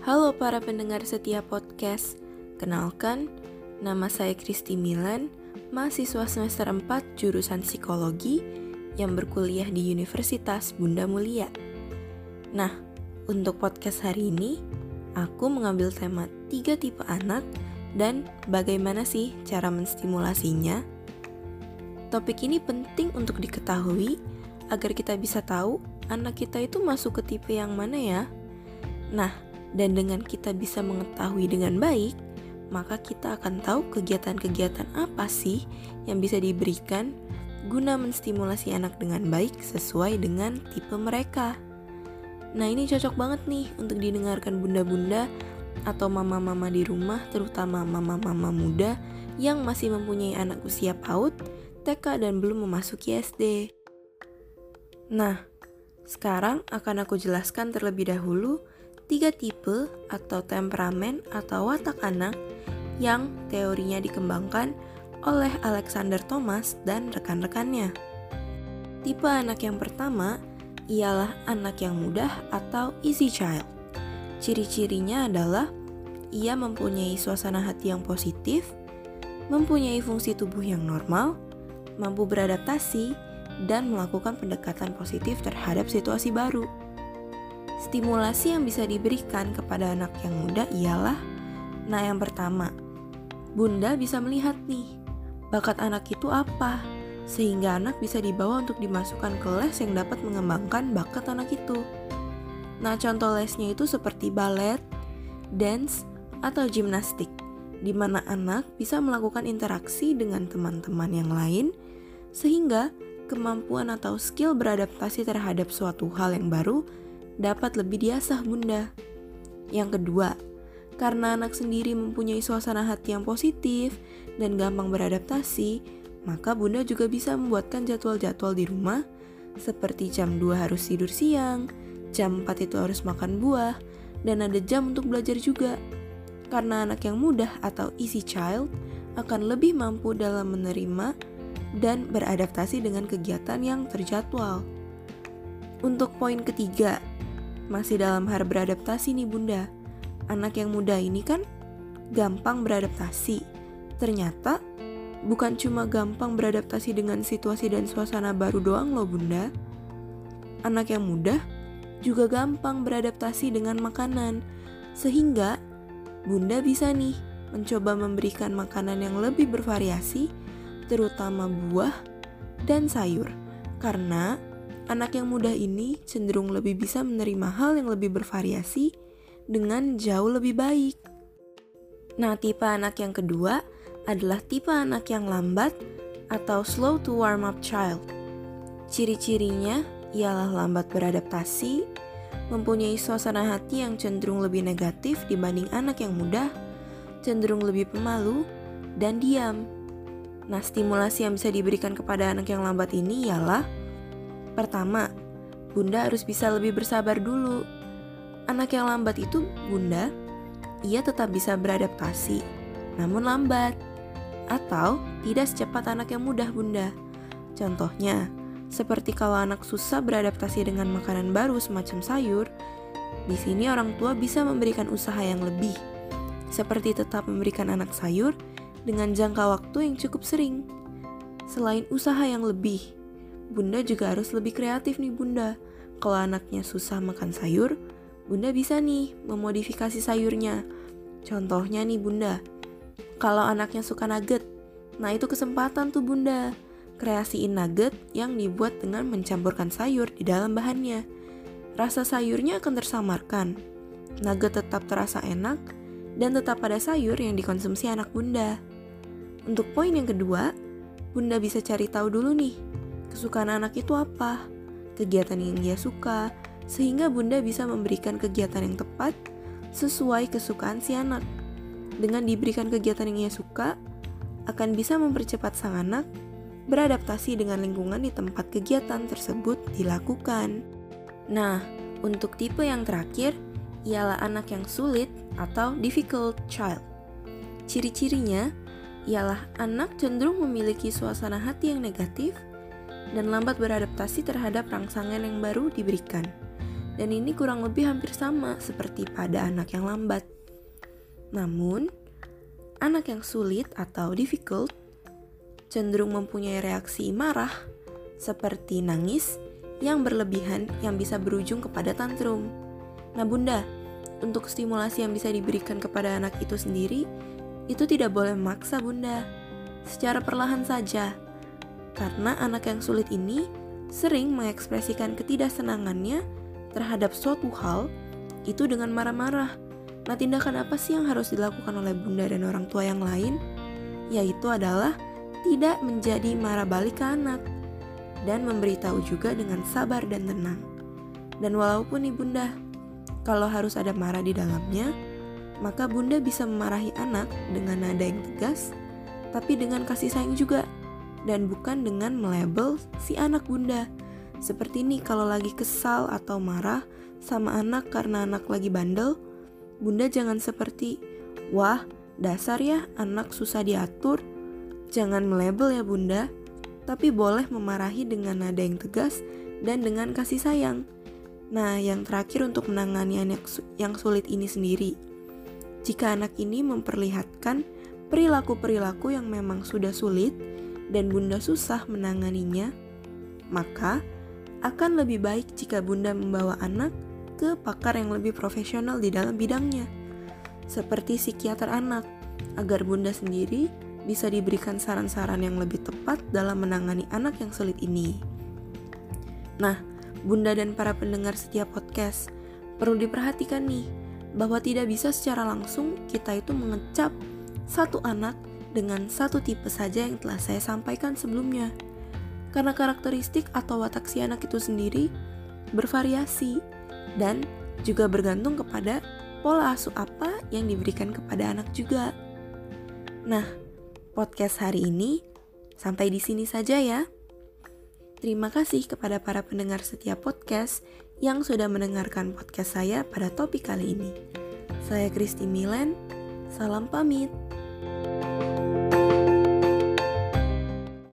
Halo para pendengar setia podcast. Kenalkan, nama saya Kristi Milan, mahasiswa semester 4 jurusan psikologi yang berkuliah di Universitas Bunda Mulia. Nah, untuk podcast hari ini, aku mengambil tema 3 tipe anak dan bagaimana sih cara menstimulasinya. Topik ini penting untuk diketahui agar kita bisa tahu anak kita itu masuk ke tipe yang mana ya. Nah, dan dengan kita bisa mengetahui dengan baik, maka kita akan tahu kegiatan-kegiatan apa sih yang bisa diberikan guna menstimulasi anak dengan baik sesuai dengan tipe mereka. Nah, ini cocok banget nih untuk didengarkan bunda-bunda atau mama-mama di rumah, terutama mama-mama muda yang masih mempunyai anak usia PAUD, TK dan belum memasuki SD. Nah, sekarang akan aku jelaskan terlebih dahulu 3 tipe atau temperamen atau watak anak yang teorinya dikembangkan oleh Alexander Thomas dan rekan-rekannya. Tipe anak yang pertama ialah anak yang mudah atau easy child. Ciri-cirinya adalah ia mempunyai suasana hati yang positif, mempunyai fungsi tubuh yang normal, mampu beradaptasi, dan melakukan pendekatan positif terhadap situasi baru. Stimulasi yang bisa diberikan kepada anak yang muda ialah, yang pertama, bunda bisa melihat nih, bakat anak itu apa, sehingga anak bisa dibawa untuk dimasukkan ke les yang dapat mengembangkan bakat anak itu. Contoh lesnya itu seperti balet, dance, atau gimnastik, di mana anak bisa melakukan interaksi dengan teman-teman yang lain, sehingga kemampuan atau skill beradaptasi terhadap suatu hal yang baru dapat lebih diasah bunda. Yang kedua, karena anak sendiri mempunyai suasana hati yang positif dan gampang beradaptasi, maka bunda juga bisa membuatkan jadwal-jadwal di rumah, seperti jam 2 harus tidur siang, jam 4 itu harus makan buah, dan ada jam untuk belajar juga. Karena anak yang mudah atau easy child akan lebih mampu dalam menerima dan beradaptasi dengan kegiatan yang terjadwal. Untuk poin ketiga, masih dalam hal beradaptasi nih bunda. Anak yang muda ini kan gampang beradaptasi. Ternyata bukan cuma gampang beradaptasi dengan situasi dan suasana baru doang loh bunda. Anak yang muda juga gampang beradaptasi dengan makanan. Sehingga bunda bisa nih mencoba memberikan makanan yang lebih bervariasi, terutama buah dan sayur. Karena anak yang muda ini cenderung lebih bisa menerima hal yang lebih bervariasi dengan jauh lebih baik. Tipe anak yang kedua adalah tipe anak yang lambat atau slow to warm up child. Ciri-cirinya ialah lambat beradaptasi, mempunyai suasana hati yang cenderung lebih negatif dibanding anak yang muda, cenderung lebih pemalu, dan diam. Stimulasi yang bisa diberikan kepada anak yang lambat ini ialah, pertama, bunda harus bisa lebih bersabar dulu. Anak yang lambat itu bunda, ia tetap bisa beradaptasi, namun lambat. Atau tidak secepat anak yang mudah bunda. Contohnya, seperti kalau anak susah beradaptasi dengan makanan baru semacam sayur, di sini orang tua bisa memberikan usaha yang lebih, seperti tetap memberikan anak sayur dengan jangka waktu yang cukup sering. Selain usaha yang lebih, bunda juga harus lebih kreatif nih bunda. Kalau anaknya susah makan sayur, bunda bisa nih memodifikasi sayurnya. Contohnya nih bunda, kalau anaknya suka nugget, itu kesempatan tuh bunda. Kreasiin nugget yang dibuat dengan mencampurkan sayur di dalam bahannya. Rasa sayurnya akan tersamarkan. Nugget tetap terasa enak dan tetap ada sayur yang dikonsumsi anak bunda. Untuk poin yang kedua, bunda bisa cari tahu dulu nih, kesukaan anak itu apa, kegiatan yang dia suka, sehingga bunda bisa memberikan kegiatan yang tepat sesuai kesukaan si anak. Dengan diberikan kegiatan yang ia suka, akan bisa mempercepat sang anak beradaptasi dengan lingkungan di tempat kegiatan tersebut dilakukan. Untuk tipe yang terakhir, ialah anak yang sulit atau difficult child. Ciri-cirinya ialah anak cenderung memiliki suasana hati yang negatif dan lambat beradaptasi terhadap rangsangan yang baru diberikan. dan ini kurang lebih hampir sama seperti pada anak yang lambat. Namun, anak yang sulit atau difficult cenderung mempunyai reaksi marah seperti nangis yang berlebihan yang bisa berujung kepada tantrum. Nah Bunda, untuk stimulasi yang bisa diberikan kepada anak itu sendiri, itu tidak boleh memaksa Bunda, secara perlahan saja. Karena anak yang sulit ini sering mengekspresikan ketidaksenangannya terhadap suatu hal itu dengan marah-marah. Nah tindakan apa sih yang harus dilakukan oleh Bunda dan orang tua yang lain? Yaitu adalah tidak menjadi marah balik ke anak dan memberitahu juga dengan sabar dan tenang. Dan walaupun nih Bunda, kalau harus ada marah di dalamnya, maka Bunda bisa memarahi anak dengan nada yang tegas, tapi dengan kasih sayang juga, dan bukan dengan melabel si anak Bunda. Seperti nih kalau lagi kesal atau marah sama anak karena anak lagi bandel, Bunda jangan seperti, wah dasar ya anak susah diatur. Jangan melabel ya Bunda, tapi boleh memarahi dengan nada yang tegas dan dengan kasih sayang. Nah, yang terakhir untuk menangani anak yang sulit ini sendiri. Jika anak ini memperlihatkan perilaku-perilaku yang memang sudah sulit dan Bunda susah menanganinya, maka akan lebih baik jika Bunda membawa anak ke pakar yang lebih profesional di dalam bidangnya, seperti psikiater anak, agar Bunda sendiri bisa diberikan saran-saran yang lebih tepat dalam menangani anak yang sulit ini. Nah, Bunda dan para pendengar setiap podcast, perlu diperhatikan nih, bahwa tidak bisa secara langsung kita itu mengecap satu anak dengan satu tipe saja yang telah saya sampaikan sebelumnya. Karena karakteristik atau watak si anak itu sendiri bervariasi dan juga bergantung kepada pola asuh apa yang diberikan kepada anak juga. Nah, podcast hari ini sampai di sini saja ya. Terima kasih kepada para pendengar setiap podcast yang sudah mendengarkan podcast saya pada topik kali ini. Saya Kristi Milen, salam pamit.